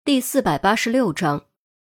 第486章。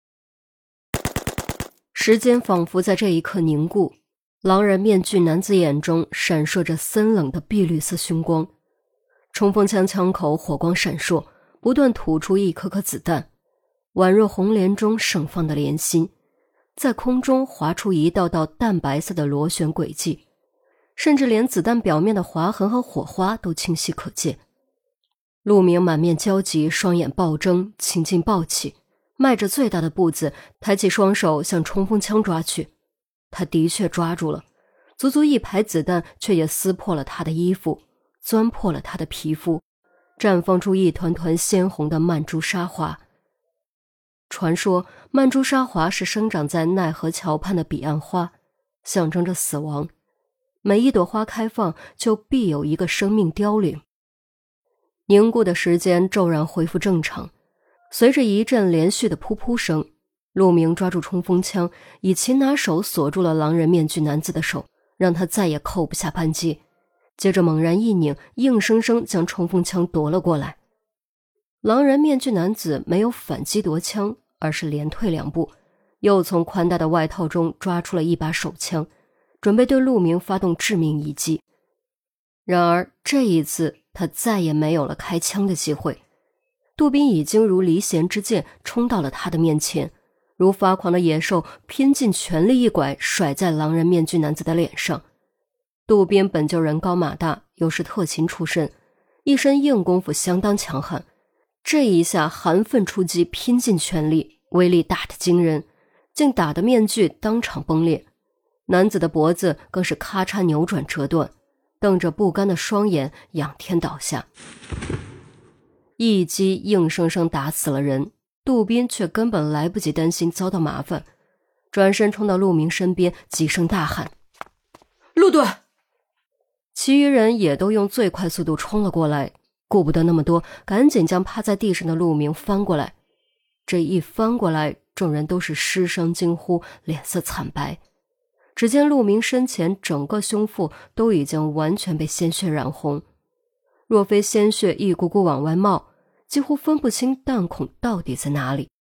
时间仿佛在这一刻凝固，狼人面具男子眼中闪烁着森冷的碧绿色凶光，冲锋枪枪口火光闪烁，不断吐出一颗颗子弹，宛若红莲中盛放的莲心，在空中划出一道道淡白色的螺旋轨迹，甚至连子弹表面的划痕和火花都清晰可见。陆明满面焦急，双眼暴睁，情劲暴起，迈着最大的步子，抬起双手向冲锋枪抓去。他的确抓住了，足足一排子弹却也撕破了他的衣服，钻破了他的皮肤，绽放出一团团鲜红的曼珠沙华。传说曼珠沙华是生长在奈何桥畔的彼岸花，象征着死亡，每一朵花开放就必有一个生命凋零。凝固的时间骤然恢复正常，随着一阵连续的噗噗声，陆明抓住冲锋枪，以擒拿手锁住了狼人面具男子的手，让他再也扣不下扳机，接着猛然一拧，硬生生将冲锋枪夺了过来。狼人面具男子没有反击夺枪，而是连退2步，又从宽大的外套中抓出了一把手枪，准备对陆明发动致命一击。然而这一次他再也没有了开枪的机会，杜宾已经如离弦之箭冲到了他的面前，如发狂的野兽拼尽全力一拐甩在狼人面具男子的脸上。杜宾本就人高马大，又是特勤出身，一身硬功夫相当强悍，这一下含愤出击，拼尽全力，威力大得惊人，竟打得面具当场崩裂，男子的脖子更是咔嚓扭转折断，瞪着不甘的双眼仰天倒下。一击硬生生打死了人，杜宾却根本来不及担心遭到麻烦，转身冲到陆明身边，几声大喊：陆队！其余人也都用最快速度冲了过来，顾不得那么多，赶紧将趴在地上的陆明翻过来。这一翻过来，众人都是失声惊呼，脸色惨白。只见陆明身前整个胸腹都已经完全被鲜血染红，若非鲜血一股股往外冒，几乎分不清弹孔到底在哪里。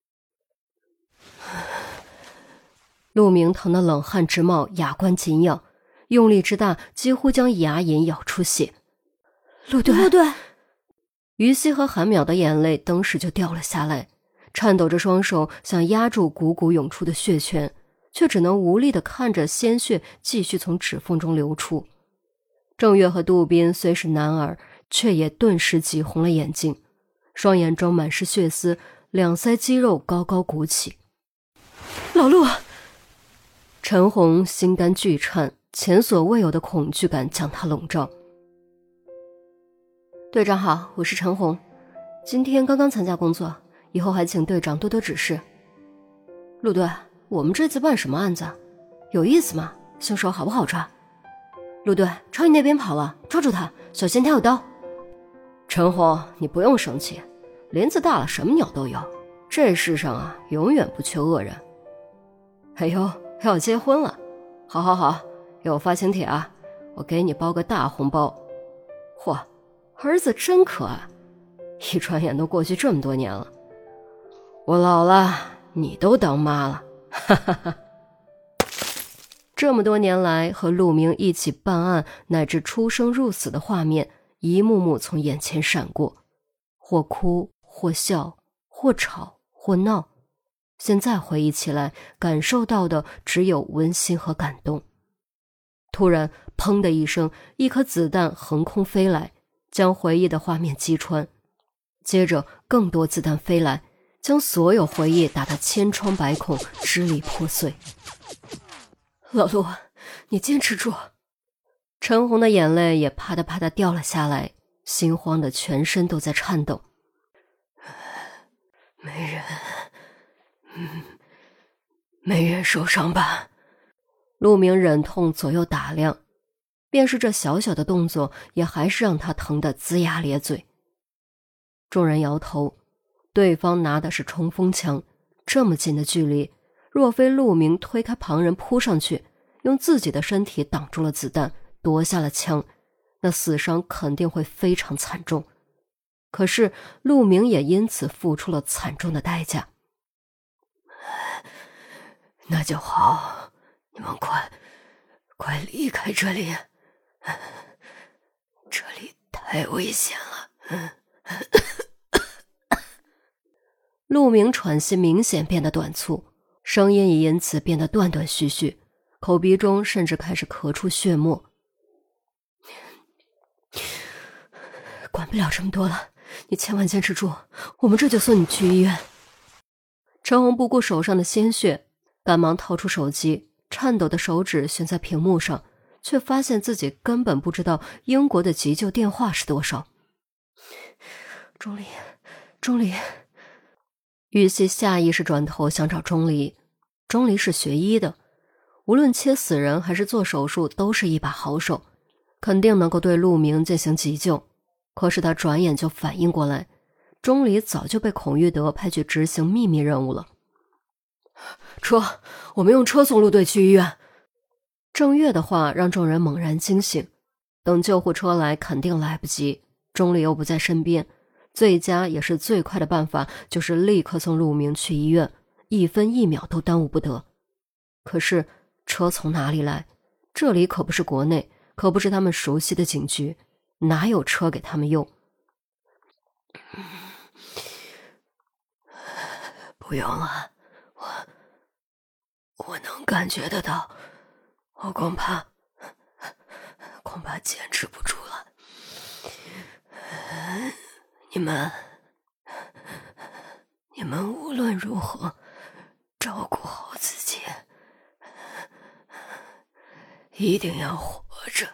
陆明疼得冷汗直冒，牙关紧咬，用力之大，几乎将牙龈咬出血。陆队！于西和韩淼的眼泪当时就掉了下来，颤抖着双手想压住汩汩涌出的血泉，却只能无力地看着鲜血继续从指缝中流出。郑月和杜宾虽是男儿，却也顿时挤红了眼睛，双眼中满是血丝，两腮肌肉高高鼓起。老陆！陈红心肝剧颤，前所未有的恐惧感将他笼罩。队长好，我是陈红，今天刚刚参加工作，以后还请队长多多指示。陆队，我们这次办什么案子？有意思吗？凶手好不好抓？陆队，朝你那边跑了，抓住他，小心他有刀。陈红，你不用生气，林子大了什么鸟都有，这世上啊永远不缺恶人。哎呦，要结婚了，好，给我发请帖啊，我给你包个大红包。嚯，儿子真可爱，一转眼都过去这么多年了，我老了，你都当妈了，哈哈哈。这么多年来和陆明一起办案乃至出生入死的画面一幕幕从眼前闪过，或哭或笑或吵或闹，现在回忆起来，感受到的只有温馨和感动。突然砰的一声，一颗子弹横空飞来，将回忆的画面击穿，接着更多子弹飞来，将所有回忆打得千疮百孔，支离破碎。老陆，你坚持住。陈红的眼泪也啪嗒啪嗒掉了下来，心慌的全身都在颤抖。没人受伤吧？陆明忍痛左右打量，便是这小小的动作也还是让他疼得龇牙咧嘴。众人摇头，对方拿的是冲锋枪，这么近的距离，若非陆明推开旁人扑上去，用自己的身体挡住了子弹，夺下了枪，那死伤肯定会非常惨重。 可是陆明也因此付出了惨重的代价。 那就好，你们快离开这里，这里太危险了。 陆明喘息明显变得短促，声音也因此变得断断续续，口鼻中甚至开始咳出血沫。管不了这么多了，你千万坚持住，我们这就送你去医院。陈红不顾手上的鲜血，赶忙掏出手机，颤抖的手指悬在屏幕上，却发现自己根本不知道英国的急救电话是多少。钟离。玉溪下意识转头想找钟离。钟离是学医的，无论切死人还是做手术都是一把好手，肯定能够对陆明进行急救。可是他转眼就反应过来，钟离早就被孔玉德派去执行秘密任务了。 车，我们用车送陆队去医院。 郑月的话让众人猛然惊醒，等救护车来肯定来不及，钟离又不在身边，最佳也是最快的办法就是立刻送陆明去医院，一分一秒都耽误不得。可是车从哪里来？这里可不是国内，可不是他们熟悉的警局，哪有车给他们用？ 不用了，我能感觉得到，我恐怕坚持不住了。你们无论如何照顾好自己，一定要活着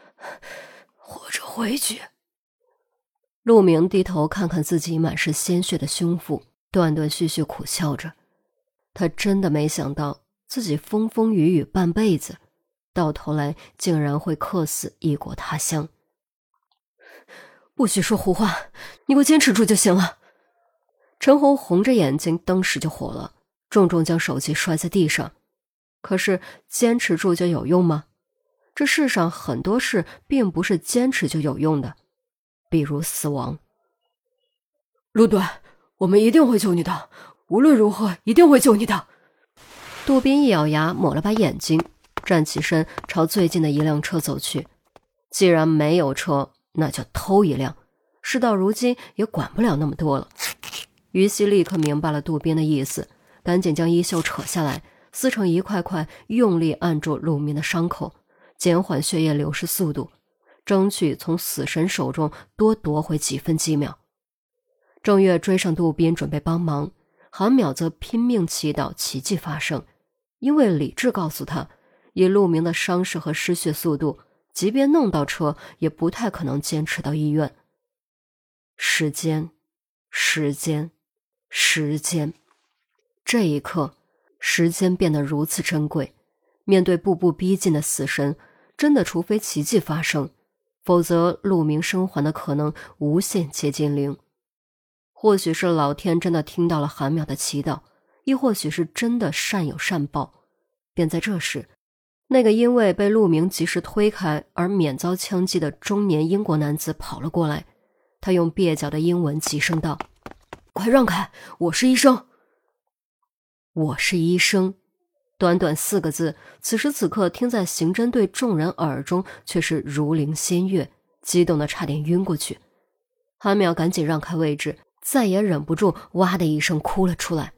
回去。 陆明低头看看自己满是鲜血的胸腹，断断续续苦笑着。他真的没想到自己风风雨雨半辈子，到头来竟然会客死异国他乡。 不许说胡话，你给我坚持住就行了。 陈红红着眼睛当时就火了，重重将手机摔在地上。可是坚持住就有用吗？这世上很多事并不是坚持就有用的，比如死亡。 陆队，我们一定会救你的，无论如何一定会救你的。 杜宾一咬牙，抹了把眼睛，站起身朝最近的一辆车走去。既然没有车，那就偷一辆，事到如今也管不了那么多了。于西立刻明白了渡边的意思，赶紧将衣袖扯下来，撕成一块块，用力按住陆明的伤口，减缓血液流失速度，争取从死神手中多夺回几分几秒。郑月追上渡边准备帮忙，韩淼则拼命祈祷奇迹发生，因为理智告诉他，以陆明的伤势和失血速度，即便弄到车也不太可能坚持到医院。时间，这一刻时间变得如此珍贵，面对步步逼近的死神，真的除非奇迹发生，否则陆明生还的可能无限接近零。或许是老天真的听到了韩淼的祈祷，亦或许是真的善有善报。便在这时，那个因为被陆明及时推开而免遭枪击的中年英国男子跑了过来，他用蹩脚的英文急声道： 快让开，我是医生。 我是医生，短短4个字，此时此刻听在刑侦队众人耳中却是如临仙乐，激动得差点晕过去。韩淼赶紧让开位置，再也忍不住哇的一声哭了出来。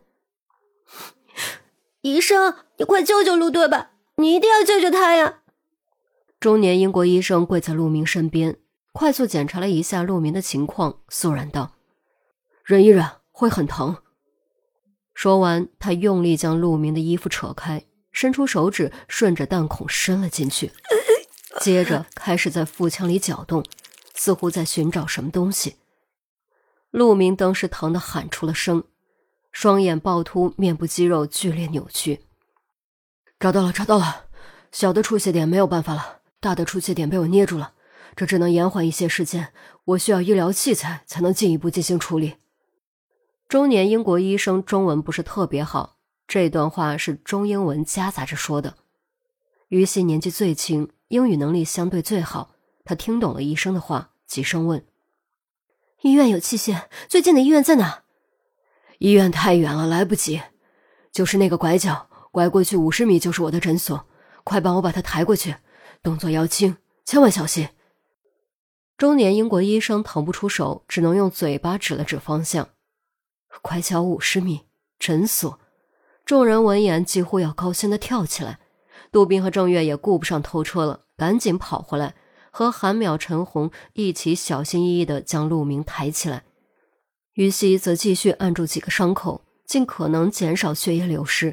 医生，你快救救陆队吧，你一定要救救他呀！ 中年英国医生跪在陆明身边，快速检查了一下陆明的情况，肃然道： 忍一忍，会很疼。 说完，他用力将陆明的衣服扯开，伸出手指顺着弹孔伸了进去，接着开始在腹腔里搅动，似乎在寻找什么东西。陆明当时疼得喊出了声，双眼暴突，面部肌肉剧烈扭曲。 找到了，小的出血点没有办法了，大的出血点被我捏住了，这只能延缓一些时间，我需要医疗器材才能进一步进行处理。 中年英国医生中文不是特别好，这段话是中英文夹杂着说的。于西年纪最轻，英语能力相对最好，他听懂了医生的话，急声问： 医院有器械，最近的医院在哪？ 医院太远了，来不及。就是那个拐角，拐过去50米就是我的诊所。快帮我把他抬过去，动作要轻，千万小心。 中年英国医生腾不出手，只能用嘴巴指了指方向。拐角50米，诊所。众人闻言几乎要高兴地跳起来。杜宾和郑月也顾不上偷车了，赶紧跑回来，和韩淼、陈红一起小心翼翼地将陆明抬起来。于西则继续按住几个伤口，尽可能减少血液流失。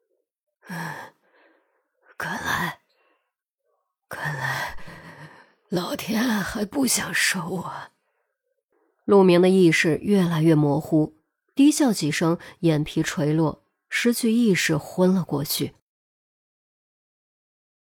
看来老天还不想收我。 陆明的意识越来越模糊，低笑几声，眼皮垂落，失去意识昏了过去。